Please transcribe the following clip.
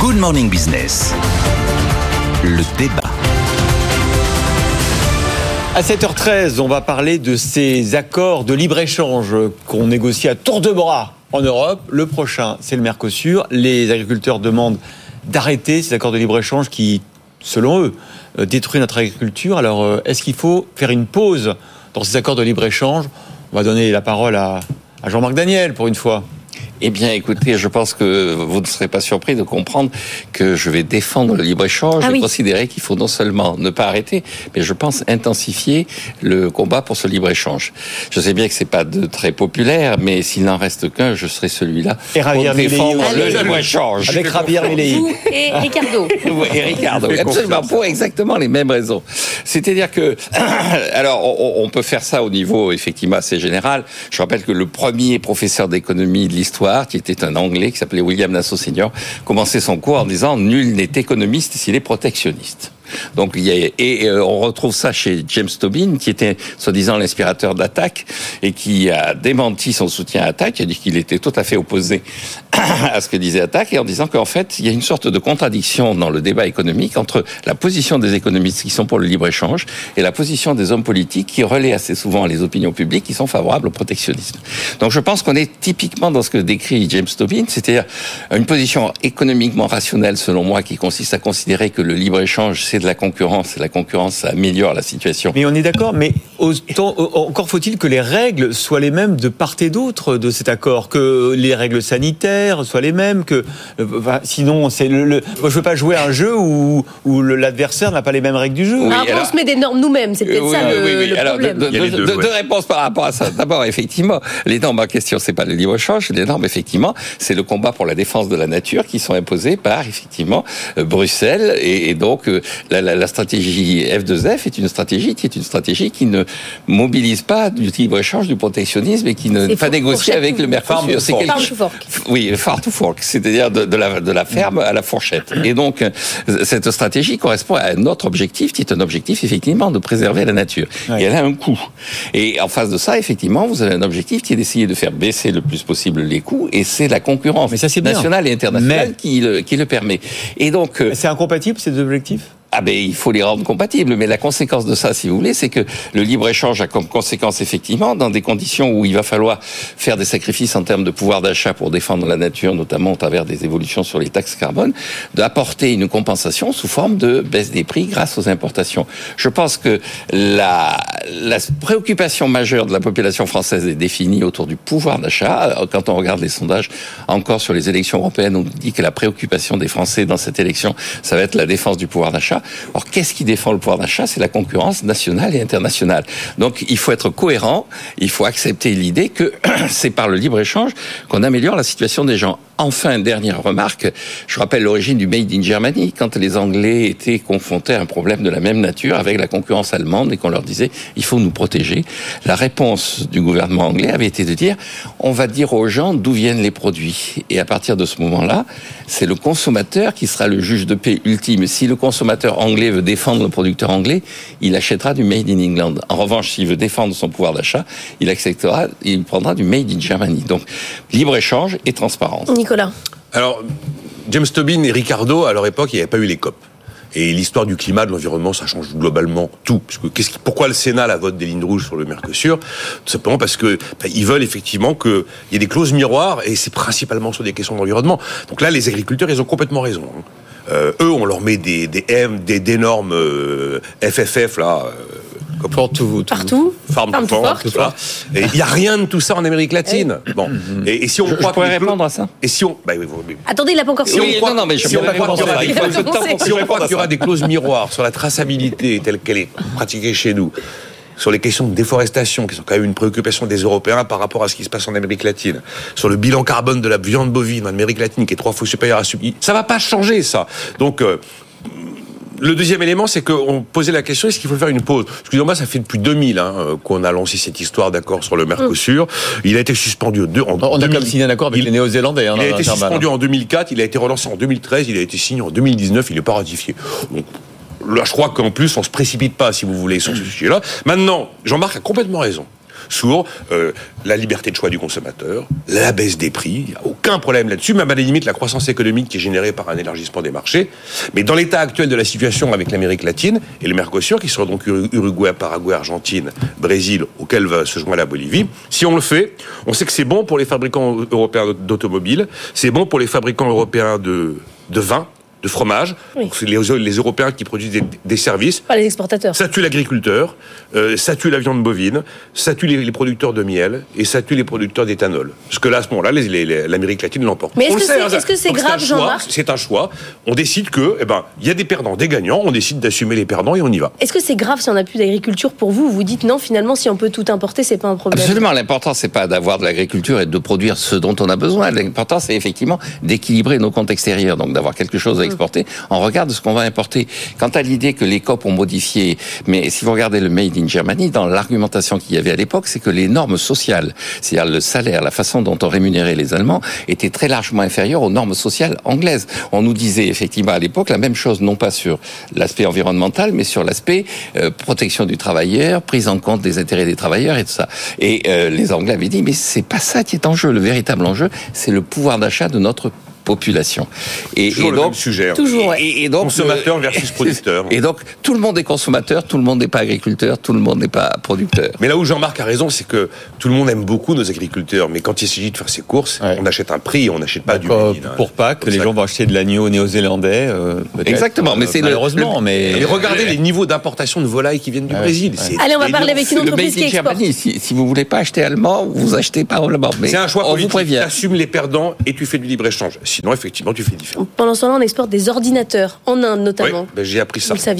Good Morning Business, le débat. À 7h13, on va parler de ces accords de libre-échange qu'on négocie à tour de bras en Europe. Le prochain, c'est le Mercosur. Les agriculteurs demandent d'arrêter ces accords de libre-échange qui, selon eux, détruisent notre agriculture. Alors, est-ce qu'il faut faire une pause dans ces accords de libre-échange ? On va donner la parole à Jean-Marc Daniel, pour une fois. Eh bien, écoutez, je pense que vous ne serez pas surpris de comprendre que je vais défendre le libre-échange et considérer qu'il faut non seulement ne pas arrêter, mais je pense intensifier le combat pour ce libre-échange. Je sais bien que c'est pas très populaire, mais s'il n'en reste qu'un, je serai celui-là pour défendre le libre-échange. Avec Javier Milei. Vous et Ricardo. Et Ricardo, absolument, pour exactement les mêmes raisons. C'est-à-dire que, alors, on peut faire ça au niveau, effectivement, assez général. Je rappelle que le premier professeur d'économie de l'histoire, qui était un Anglais, qui s'appelait William Nassau Senior, commençait son cours en disant « Nul n'est économiste s'il est protectionniste ». Donc, on retrouve ça chez James Tobin, qui était, soi-disant, l'inspirateur d'Attac, et qui a démenti son soutien à Attac, il a dit qu'il était tout à fait opposé à ce que disait Attac, et en disant qu'en fait, il y a une sorte de contradiction dans le débat économique entre la position des économistes qui sont pour le libre-échange et la position des hommes politiques qui relaient assez souvent les opinions publiques qui sont favorables au protectionnisme. Donc, je pense qu'on est typiquement dans ce que décrit James Tobin, c'est-à-dire une position économiquement rationnelle, selon moi, qui consiste à considérer que le libre-échange, c'est de la concurrence, et la concurrence, ça améliore la situation. Mais on est d'accord, mais encore faut-il que les règles soient les mêmes de part et d'autre de cet accord, que les règles sanitaires soient les mêmes, que sinon, c'est moi, je veux pas jouer à un jeu où l'adversaire n'a pas les mêmes règles du jeu. Oui, alors, on se met des normes nous-mêmes, c'est peut-être ça le alors, problème. Deux réponses par rapport à ça. D'abord, effectivement, les normes en question, c'est pas le libre-échange, les normes, effectivement, c'est le combat pour la défense de la nature qui sont imposées par, effectivement, Bruxelles, et donc la stratégie F2F est une stratégie qui ne mobilise pas du libre-échange, du protectionnisme et qui ne pas négocier avec le Mercosur. C'est farm to fork. Oui, farm to fork, c'est-à-dire de la ferme à la fourchette. Et donc, cette stratégie correspond à un autre objectif, qui est un objectif, effectivement, de préserver la nature. Ouais. Et elle a un coût. Et en face de ça, effectivement, vous avez un objectif qui est d'essayer de faire baisser le plus possible les coûts, et c'est la concurrence nationale et internationale qui le permet. Et donc, c'est incompatible, ces deux objectifs ? Ah ben, il faut les rendre compatibles, mais la conséquence de ça, si vous voulez, c'est que le libre-échange a comme conséquence, effectivement, dans des conditions où il va falloir faire des sacrifices en termes de pouvoir d'achat pour défendre la nature, notamment au travers des évolutions sur les taxes carbone, d'apporter une compensation sous forme de baisse des prix grâce aux importations. Je pense que la préoccupation majeure de la population française est définie autour du pouvoir d'achat. Quand on regarde les sondages, encore sur les élections européennes, on dit que la préoccupation des Français dans cette élection, ça va être la défense du pouvoir d'achat. Or, qu'est-ce qui défend le pouvoir d'achat ? C'est la concurrence nationale et internationale. Donc, il faut être cohérent, il faut accepter l'idée que c'est par le libre-échange qu'on améliore la situation des gens. Enfin, dernière remarque, je rappelle l'origine du Made in Germany, quand les Anglais étaient confrontés à un problème de la même nature avec la concurrence allemande et qu'on leur disait « il faut nous protéger ». La réponse du gouvernement anglais avait été de dire « on va dire aux gens d'où viennent les produits ». Et à partir de ce moment-là, c'est le consommateur qui sera le juge de paix ultime. Si le consommateur anglais veut défendre le producteur anglais, il achètera du Made in England. En revanche, s'il veut défendre son pouvoir d'achat, il prendra du Made in Germany. Donc, libre-échange et transparence. Nicolas. Alors, James Tobin et Ricardo, à leur époque, il n'y avait pas eu les COP. Et l'histoire du climat, de l'environnement, ça change globalement tout. Pourquoi le Sénat la vote des lignes rouges sur le Mercosur ? Tout simplement parce que ils veulent effectivement qu'il y ait des clauses miroirs, et c'est principalement sur des questions d'environnement. Donc là, les agriculteurs, ils ont complètement raison. Eux, on leur met des normes FFF là. Partout. Farm to fork, tout ça. Et il n'y a rien de tout ça en Amérique latine. Bon. Et si on croit je pourrais répondre à ça. Et si on, attendez, il n'a pas encore fini. Si on croit qu'il y aura des clauses miroirs sur la traçabilité telle qu'elle est pratiquée chez nous, sur les questions de déforestation, qui sont quand même une préoccupation des Européens par rapport à ce qui se passe en Amérique latine, sur le bilan carbone de la viande bovine en Amérique latine, qui est 3 fois supérieur à celui, ça va pas changer, ça. Donc, le deuxième élément, c'est qu'on posait la question, est-ce qu'il faut faire une pause ? Excusez-moi, ça fait depuis 2000 qu'on a lancé cette histoire d'accord sur le Mercosur. Il a été suspendu on a comme signé un accord avec les Néo-Zélandais. Il a été suspendu en 2004, il a été relancé en 2013, il a été signé en 2019, il n'est pas ratifié. Donc, là, je crois qu'en plus, on se précipite pas, si vous voulez, sur ce sujet-là. Maintenant, Jean-Marc a complètement raison sur la liberté de choix du consommateur, la baisse des prix. Il n'y a aucun aucun problème là-dessus, même à la limite la croissance économique qui est générée par un élargissement des marchés. Mais dans l'état actuel de la situation avec l'Amérique latine et le Mercosur, qui sont donc Uruguay, Paraguay, Argentine, Brésil, auquel va se joindre la Bolivie, si on le fait, on sait que c'est bon pour les fabricants européens d'automobiles, c'est bon pour les fabricants européens de vin, de fromage, oui. les Européens qui produisent des services. Pas les exportateurs. Ça tue l'agriculteur, ça tue la viande bovine, ça tue les producteurs de miel et ça tue les producteurs d'éthanol. Parce que là, à ce moment-là, l'Amérique latine l'emporte. Mais est-ce que c'est grave, Jean-Marc ? C'est un choix. On décide que, il y a des perdants, des gagnants. On décide d'assumer les perdants et on y va. Est-ce que c'est grave si on n'a plus d'agriculture pour vous ? Vous dites non, finalement, si on peut tout importer, c'est pas un problème. Absolument. L'important, c'est pas d'avoir de l'agriculture et de produire ce dont on a besoin. L'important, c'est effectivement d'équilibrer nos comptes extérieurs, donc d'avoir quelque chose à exporter. On regarde ce qu'on va importer. Quant à l'idée que les COP ont modifié, mais si vous regardez le Made in Germany, dans l'argumentation qu'il y avait à l'époque, c'est que les normes sociales, c'est-à-dire le salaire, la façon dont on rémunérait les Allemands, étaient très largement inférieures aux normes sociales anglaises. On nous disait effectivement à l'époque la même chose, non pas sur l'aspect environnemental, mais sur l'aspect protection du travailleur, prise en compte des intérêts des travailleurs et tout ça. Et les Anglais avaient dit, mais c'est pas ça qui est en jeu. Le véritable enjeu, c'est le pouvoir d'achat de notre population. Toujours le même sujet. Toujours, ouais. Et donc, consommateur versus producteur. Et donc, tout le monde est consommateur, tout le monde n'est pas agriculteur, tout le monde n'est pas producteur. Mais là où Jean-Marc a raison, c'est que tout le monde aime beaucoup nos agriculteurs, mais quand il s'agit de faire ses courses, on achète un prix, on n'achète pas du made in. Pour Pâques, les gens vont acheter de l'agneau néo-zélandais. Exactement, mais c'est malheureusement. Mais regardez les niveaux d'importation de volailles qui viennent du Brésil. Allez, on va parler avec une entreprise qui exporte. Si vous voulez pas acheter allemand, vous achetez pas allemand. Mais c'est un choix politique. On vous prévient. Tu assumes les perdants et tu fais du libre-échange. Sinon, effectivement, tu fais différent. Pendant ce temps-là, on exporte des ordinateurs, en Inde notamment. Oui, j'ai appris ça. Vous le saviez ?